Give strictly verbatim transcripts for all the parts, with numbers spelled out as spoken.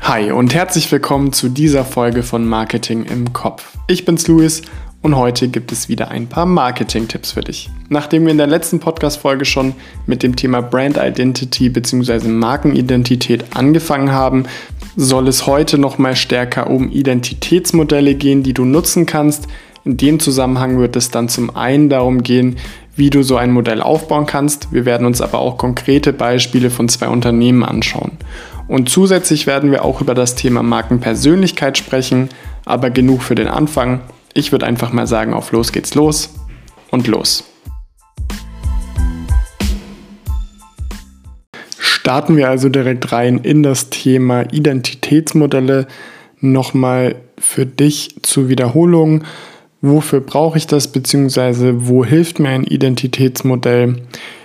Hi und herzlich willkommen zu dieser Folge von Marketing im Kopf. Ich bin's Luis und heute gibt es wieder ein paar Marketing-Tipps für dich. Nachdem wir in der letzten Podcast-Folge schon mit dem Thema Brand Identity bzw. Markenidentität angefangen haben, soll es heute nochmal stärker um Identitätsmodelle gehen, die du nutzen kannst. In dem Zusammenhang wird es dann zum einen darum gehen, wie du so ein Modell aufbauen kannst. Wir werden uns aber auch konkrete Beispiele von zwei Unternehmen anschauen. Und zusätzlich werden wir auch über das Thema Markenpersönlichkeit sprechen, aber genug für den Anfang. Ich würde einfach mal sagen, auf los geht's los und los. Starten wir also direkt rein in das Thema Identitätsmodelle. Nochmal für dich zur Wiederholung. Wofür brauche ich das, beziehungsweise wo hilft mir ein Identitätsmodell?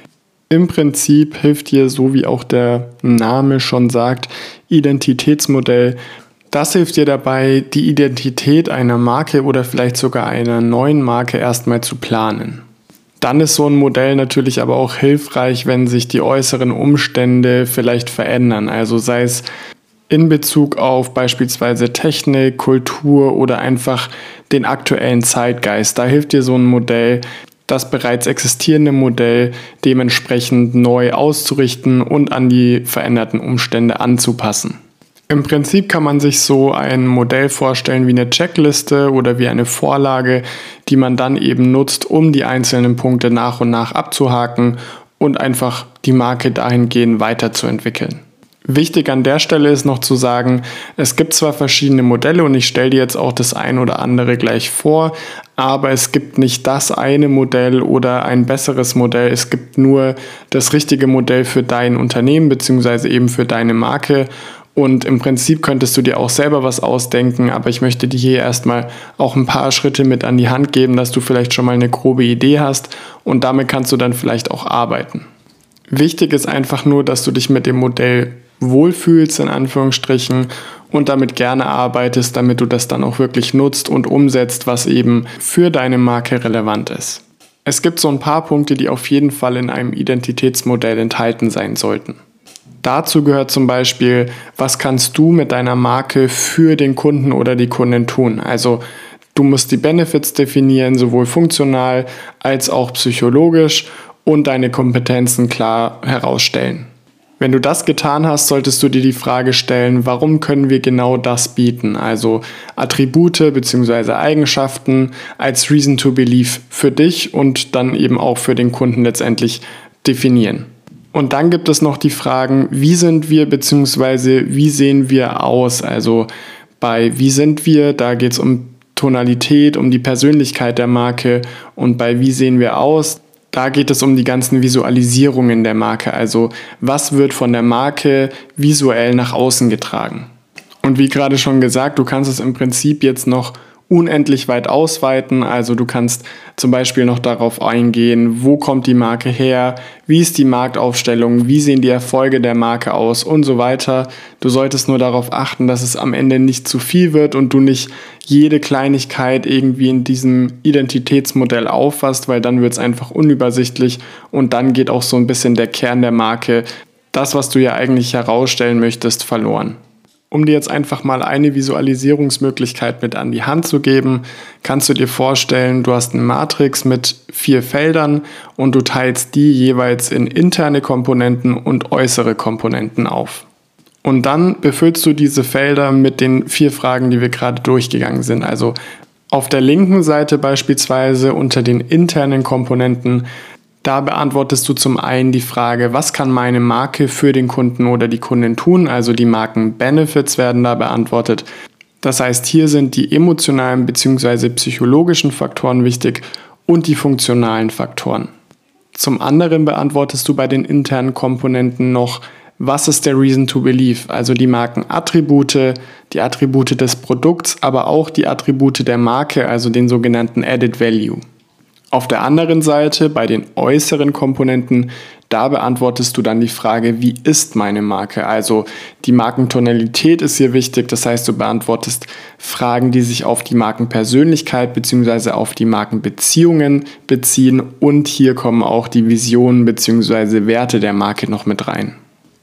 Im Prinzip hilft dir, so wie auch der Name schon sagt, Identitätsmodell. Das hilft dir dabei, die Identität einer Marke oder vielleicht sogar einer neuen Marke erstmal zu planen. Dann ist so ein Modell natürlich aber auch hilfreich, wenn sich die äußeren Umstände vielleicht verändern. Also sei es in Bezug auf beispielsweise Technik, Kultur oder einfach den aktuellen Zeitgeist. Da hilft dir so ein Modell, das bereits existierende Modell dementsprechend neu auszurichten und an die veränderten Umstände anzupassen. Im Prinzip kann man sich so ein Modell vorstellen wie eine Checkliste oder wie eine Vorlage, die man dann eben nutzt, um die einzelnen Punkte nach und nach abzuhaken und einfach die Marke dahingehend weiterzuentwickeln. Wichtig an der Stelle ist noch zu sagen, es gibt zwar verschiedene Modelle und ich stelle dir jetzt auch das ein oder andere gleich vor, aber es gibt nicht das eine Modell oder ein besseres Modell. Es gibt nur das richtige Modell für dein Unternehmen bzw. eben für deine Marke. Und im Prinzip könntest du dir auch selber was ausdenken, aber ich möchte dir hier erstmal auch ein paar Schritte mit an die Hand geben, dass du vielleicht schon mal eine grobe Idee hast und damit kannst du dann vielleicht auch arbeiten. Wichtig ist einfach nur, dass du dich mit dem Modell wohlfühlst, in Anführungsstrichen, und damit gerne arbeitest, damit du das dann auch wirklich nutzt und umsetzt, was eben für deine Marke relevant ist. Es gibt so ein paar Punkte, die auf jeden Fall in einem Identitätsmodell enthalten sein sollten. Dazu gehört zum Beispiel, was kannst du mit deiner Marke für den Kunden oder die Kundin tun? Also du musst die Benefits definieren, sowohl funktional als auch psychologisch und deine Kompetenzen klar herausstellen. Wenn du das getan hast, solltest du dir die Frage stellen, warum können wir genau das bieten? Also Attribute bzw. Eigenschaften als Reason to Believe für dich und dann eben auch für den Kunden letztendlich definieren. Und dann gibt es noch die Fragen, wie sind wir bzw. wie sehen wir aus? Also bei wie sind wir, da geht es um Tonalität, um die Persönlichkeit der Marke, und bei wie sehen wir aus, da geht es um die ganzen Visualisierungen der Marke. Also was wird von der Marke visuell nach außen getragen? Und wie gerade schon gesagt, du kannst es im Prinzip jetzt noch unendlich weit ausweiten. Also du kannst zum Beispiel noch darauf eingehen, wo kommt die Marke her, wie ist die Marktaufstellung, wie sehen die Erfolge der Marke aus und so weiter. Du solltest nur darauf achten, dass es am Ende nicht zu viel wird und du nicht jede Kleinigkeit irgendwie in diesem Identitätsmodell auffasst, weil dann wird es einfach unübersichtlich und dann geht auch so ein bisschen der Kern der Marke, das, was du ja eigentlich herausstellen möchtest, verloren. Um dir jetzt einfach mal eine Visualisierungsmöglichkeit mit an die Hand zu geben, kannst du dir vorstellen, du hast eine Matrix mit vier Feldern und du teilst die jeweils in interne Komponenten und äußere Komponenten auf. Und dann befüllst du diese Felder mit den vier Fragen, die wir gerade durchgegangen sind. Also auf der linken Seite beispielsweise unter den internen Komponenten, da beantwortest du zum einen die Frage, was kann meine Marke für den Kunden oder die Kundin tun? Also die Marken-Benefits werden da beantwortet. Das heißt, hier sind die emotionalen bzw. psychologischen Faktoren wichtig und die funktionalen Faktoren. Zum anderen beantwortest du bei den internen Komponenten noch, was ist der Reason to Believe? Also die Markenattribute, die Attribute des Produkts, aber auch die Attribute der Marke, also den sogenannten Added Value. Auf der anderen Seite, bei den äußeren Komponenten, da beantwortest du dann die Frage, wie ist meine Marke? Also die Markentonalität ist hier wichtig, das heißt, du beantwortest Fragen, die sich auf die Markenpersönlichkeit bzw. auf die Markenbeziehungen beziehen, und hier kommen auch die Visionen bzw. Werte der Marke noch mit rein.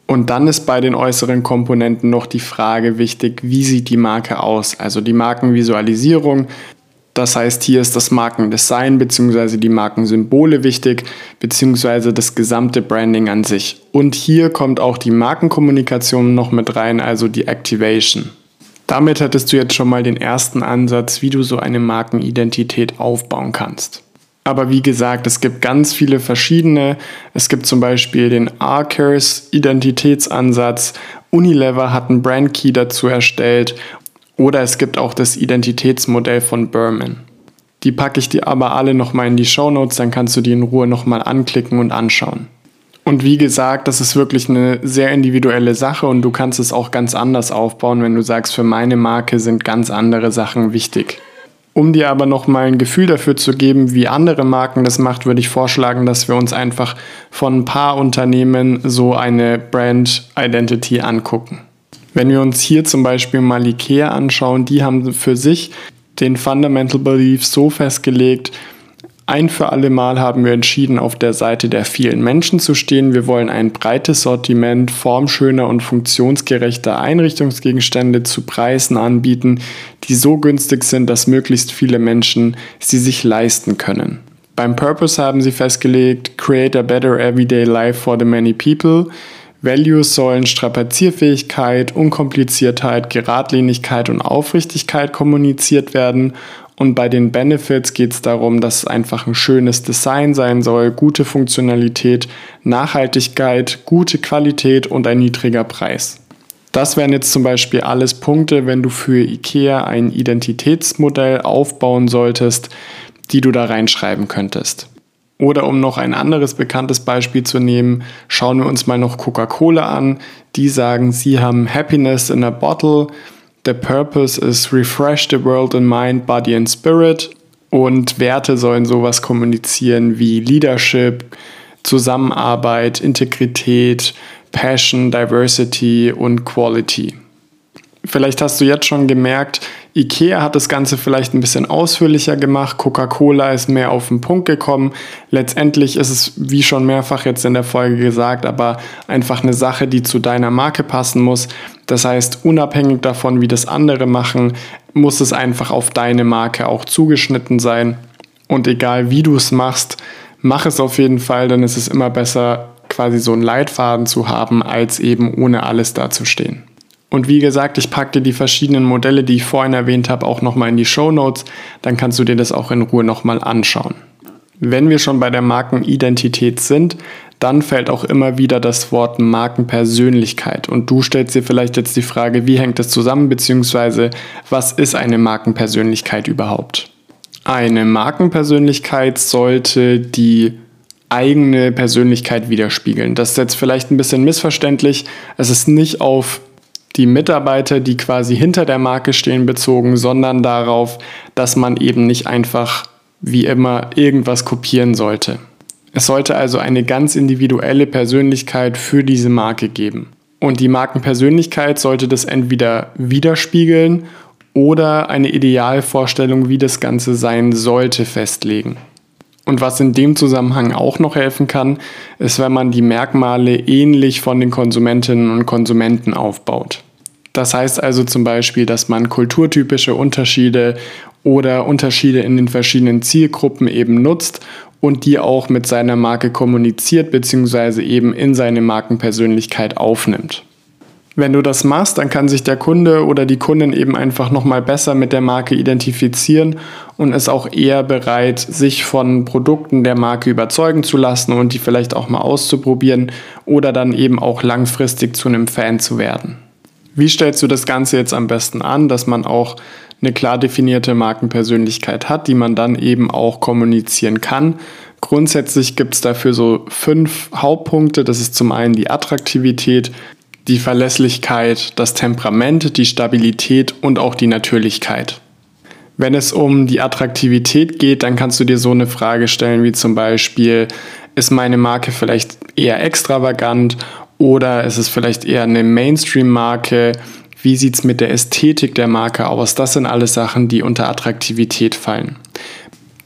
Und dann ist bei den äußeren Komponenten noch die Frage wichtig, wie sieht die Marke aus? Also die Markenvisualisierung. Das heißt, hier ist das Markendesign bzw. die Markensymbole wichtig, beziehungsweise das gesamte Branding an sich. Und hier kommt auch die Markenkommunikation noch mit rein, also die Activation. Damit hättest du jetzt schon mal den ersten Ansatz, wie du so eine Markenidentität aufbauen kannst. Aber wie gesagt, es gibt ganz viele verschiedene. Es gibt zum Beispiel den Arcers Identitätsansatz. Unilever hat einen Brandkey dazu erstellt. Oder es gibt auch das Identitätsmodell von Berman. Die packe ich dir aber alle nochmal in die Shownotes, dann kannst du die in Ruhe nochmal anklicken und anschauen. Und wie gesagt, das ist wirklich eine sehr individuelle Sache und du kannst es auch ganz anders aufbauen, wenn du sagst, für meine Marke sind ganz andere Sachen wichtig. Um dir aber nochmal ein Gefühl dafür zu geben, wie andere Marken das macht, würde ich vorschlagen, dass wir uns einfach von ein paar Unternehmen so eine Brand Identity angucken. Wenn wir uns hier zum Beispiel mal IKEA anschauen, die haben für sich den Fundamental Belief so festgelegt, ein für alle Mal haben wir entschieden, auf der Seite der vielen Menschen zu stehen. Wir wollen ein breites Sortiment formschöner und funktionsgerechter Einrichtungsgegenstände zu Preisen anbieten, die so günstig sind, dass möglichst viele Menschen sie sich leisten können. Beim Purpose haben sie festgelegt, create a better everyday life for the many people. Values sollen Strapazierfähigkeit, Unkompliziertheit, Geradlinigkeit und Aufrichtigkeit kommuniziert werden. Und bei den Benefits geht es darum, dass es einfach ein schönes Design sein soll, gute Funktionalität, Nachhaltigkeit, gute Qualität und ein niedriger Preis. Das wären jetzt zum Beispiel alles Punkte, wenn du für IKEA ein Identitätsmodell aufbauen solltest, die du da reinschreiben könntest. Oder um noch ein anderes bekanntes Beispiel zu nehmen, schauen wir uns mal noch Coca-Cola an. Die sagen, sie haben Happiness in a Bottle. The purpose is refresh the world in mind, body and spirit. Und Werte sollen sowas kommunizieren wie Leadership, Zusammenarbeit, Integrität, Passion, Diversity und Quality. Vielleicht hast du jetzt schon gemerkt, IKEA hat das Ganze vielleicht ein bisschen ausführlicher gemacht, Coca-Cola ist mehr auf den Punkt gekommen. Letztendlich ist es, wie schon mehrfach jetzt in der Folge gesagt, aber einfach eine Sache, die zu deiner Marke passen muss. Das heißt, unabhängig davon, wie das andere machen, muss es einfach auf deine Marke auch zugeschnitten sein. Und egal wie du es machst, mach es auf jeden Fall, dann ist es immer besser, quasi so einen Leitfaden zu haben, als eben ohne alles dazustehen. Und wie gesagt, ich packe dir die verschiedenen Modelle, die ich vorhin erwähnt habe, auch nochmal in die Shownotes. Dann kannst du dir das auch in Ruhe nochmal anschauen. Wenn wir schon bei der Markenidentität sind, dann fällt auch immer wieder das Wort Markenpersönlichkeit. Und du stellst dir vielleicht jetzt die Frage, wie hängt das zusammen, beziehungsweise was ist eine Markenpersönlichkeit überhaupt? Eine Markenpersönlichkeit sollte die eigene Persönlichkeit widerspiegeln. Das ist jetzt vielleicht ein bisschen missverständlich. Es ist nicht auf die Mitarbeiter, die quasi hinter der Marke stehen, bezogen, sondern darauf, dass man eben nicht einfach wie immer irgendwas kopieren sollte. Es sollte also eine ganz individuelle Persönlichkeit für diese Marke geben. Und die Markenpersönlichkeit sollte das entweder widerspiegeln oder eine Idealvorstellung, wie das Ganze sein sollte, festlegen. Und was in dem Zusammenhang auch noch helfen kann, ist, wenn man die Merkmale ähnlich von den Konsumentinnen und Konsumenten aufbaut. Das heißt also zum Beispiel, dass man kulturtypische Unterschiede oder Unterschiede in den verschiedenen Zielgruppen eben nutzt und die auch mit seiner Marke kommuniziert bzw. eben in seine Markenpersönlichkeit aufnimmt. Wenn du das machst, dann kann sich der Kunde oder die Kundin eben einfach nochmal besser mit der Marke identifizieren und ist auch eher bereit, sich von Produkten der Marke überzeugen zu lassen und die vielleicht auch mal auszuprobieren oder dann eben auch langfristig zu einem Fan zu werden. Wie stellst du das Ganze jetzt am besten an, dass man auch eine klar definierte Markenpersönlichkeit hat, die man dann eben auch kommunizieren kann? Grundsätzlich gibt es dafür so fünf Hauptpunkte. Das ist zum einen die Attraktivität, die Verlässlichkeit, das Temperament, die Stabilität und auch die Natürlichkeit. Wenn es um die Attraktivität geht, dann kannst du dir so eine Frage stellen wie zum Beispiel, ist meine Marke vielleicht eher extravagant oder ist es vielleicht eher eine Mainstream-Marke? Wie sieht es mit der Ästhetik der Marke aus? Das sind alles Sachen, die unter Attraktivität fallen.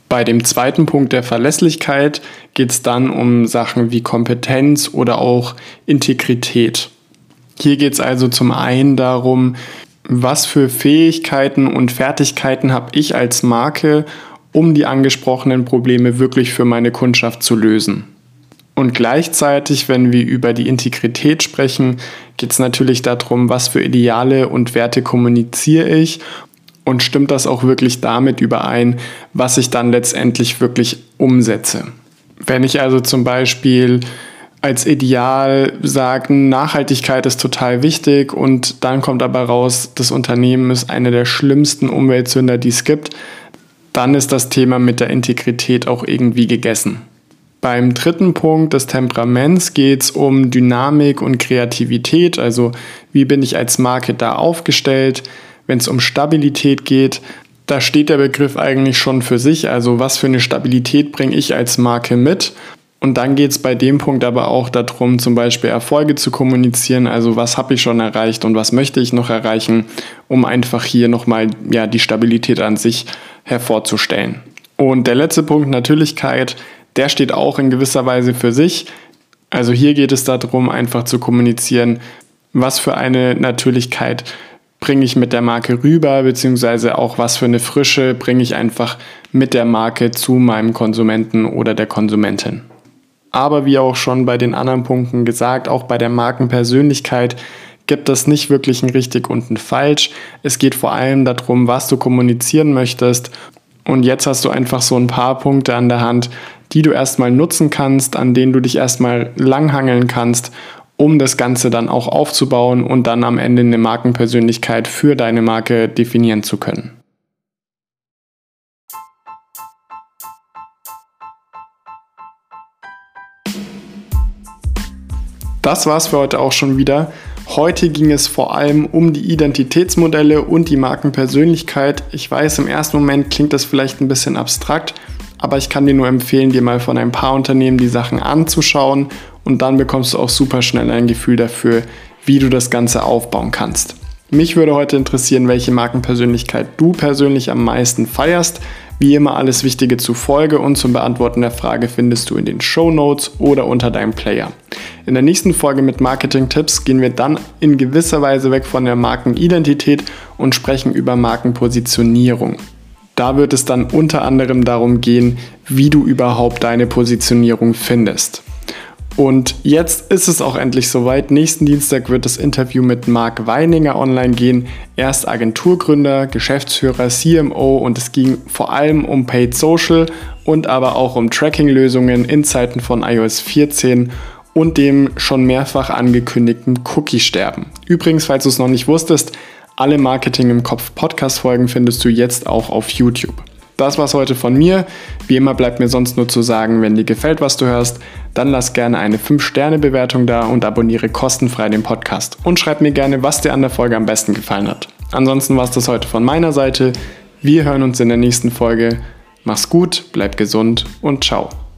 Bei dem zweiten Punkt der Verlässlichkeit geht es dann um Sachen wie Kompetenz oder auch Integrität. Hier geht es also zum einen darum, was für Fähigkeiten und Fertigkeiten habe ich als Marke, um die angesprochenen Probleme wirklich für meine Kundschaft zu lösen. Und gleichzeitig, wenn wir über die Integrität sprechen, geht es natürlich darum, was für Ideale und Werte kommuniziere ich und stimmt das auch wirklich damit überein, was ich dann letztendlich wirklich umsetze. Wenn ich also zum Beispiel als Ideal sage, Nachhaltigkeit ist total wichtig und dann kommt aber raus, das Unternehmen ist einer der schlimmsten Umweltsünder, die es gibt, dann ist das Thema mit der Integrität auch irgendwie gegessen. Beim dritten Punkt des Temperaments geht es um Dynamik und Kreativität, also wie bin ich als Marke da aufgestellt. Wenn es um Stabilität geht, da steht der Begriff eigentlich schon für sich, also was für eine Stabilität bringe ich als Marke mit. Und dann geht es bei dem Punkt aber auch darum, zum Beispiel Erfolge zu kommunizieren, also was habe ich schon erreicht und was möchte ich noch erreichen, um einfach hier nochmal ja, die Stabilität an sich hervorzustellen. Und der letzte Punkt, Natürlichkeit, der steht auch in gewisser Weise für sich. Also hier geht es darum, einfach zu kommunizieren, was für eine Natürlichkeit bringe ich mit der Marke rüber, beziehungsweise auch was für eine Frische bringe ich einfach mit der Marke zu meinem Konsumenten oder der Konsumentin. Aber wie auch schon bei den anderen Punkten gesagt, auch bei der Markenpersönlichkeit gibt es nicht wirklich ein richtig und ein falsch. Es geht vor allem darum, was du kommunizieren möchtest. Und jetzt hast du einfach so ein paar Punkte an der Hand, die du erstmal nutzen kannst, an denen du dich erstmal langhangeln kannst, um das Ganze dann auch aufzubauen und dann am Ende eine Markenpersönlichkeit für deine Marke definieren zu können. Das war's für heute auch schon wieder. Heute ging es vor allem um die Identitätsmodelle und die Markenpersönlichkeit. Ich weiß, im ersten Moment klingt das vielleicht ein bisschen abstrakt, aber ich kann dir nur empfehlen, dir mal von ein paar Unternehmen die Sachen anzuschauen und dann bekommst du auch super schnell ein Gefühl dafür, wie du das Ganze aufbauen kannst. Mich würde heute interessieren, welche Markenpersönlichkeit du persönlich am meisten feierst. Wie immer alles Wichtige zur Folge und zum Beantworten der Frage findest du in den Shownotes oder unter deinem Player. In der nächsten Folge mit Marketing-Tipps gehen wir dann in gewisser Weise weg von der Markenidentität und sprechen über Markenpositionierung. Da wird es dann unter anderem darum gehen, wie du überhaupt deine Positionierung findest. Und jetzt ist es auch endlich soweit. Nächsten Dienstag wird das Interview mit Marc Weininger online gehen. Er ist Agenturgründer, Geschäftsführer, C M O und es ging vor allem um Paid Social und aber auch um Tracking-Lösungen in Zeiten von i O S vierzehn und dem schon mehrfach angekündigten Cookie-Sterben. Übrigens, falls du es noch nicht wusstest, alle Marketing im Kopf Podcast-Folgen findest du jetzt auch auf YouTube. Das war's heute von mir. Wie immer bleibt mir sonst nur zu sagen, wenn dir gefällt, was du hörst, dann lass gerne eine fünf Sterne Bewertung da und abonniere kostenfrei den Podcast. Und schreib mir gerne, was dir an der Folge am besten gefallen hat. Ansonsten war's das heute von meiner Seite. Wir hören uns in der nächsten Folge. Mach's gut, bleib gesund und ciao.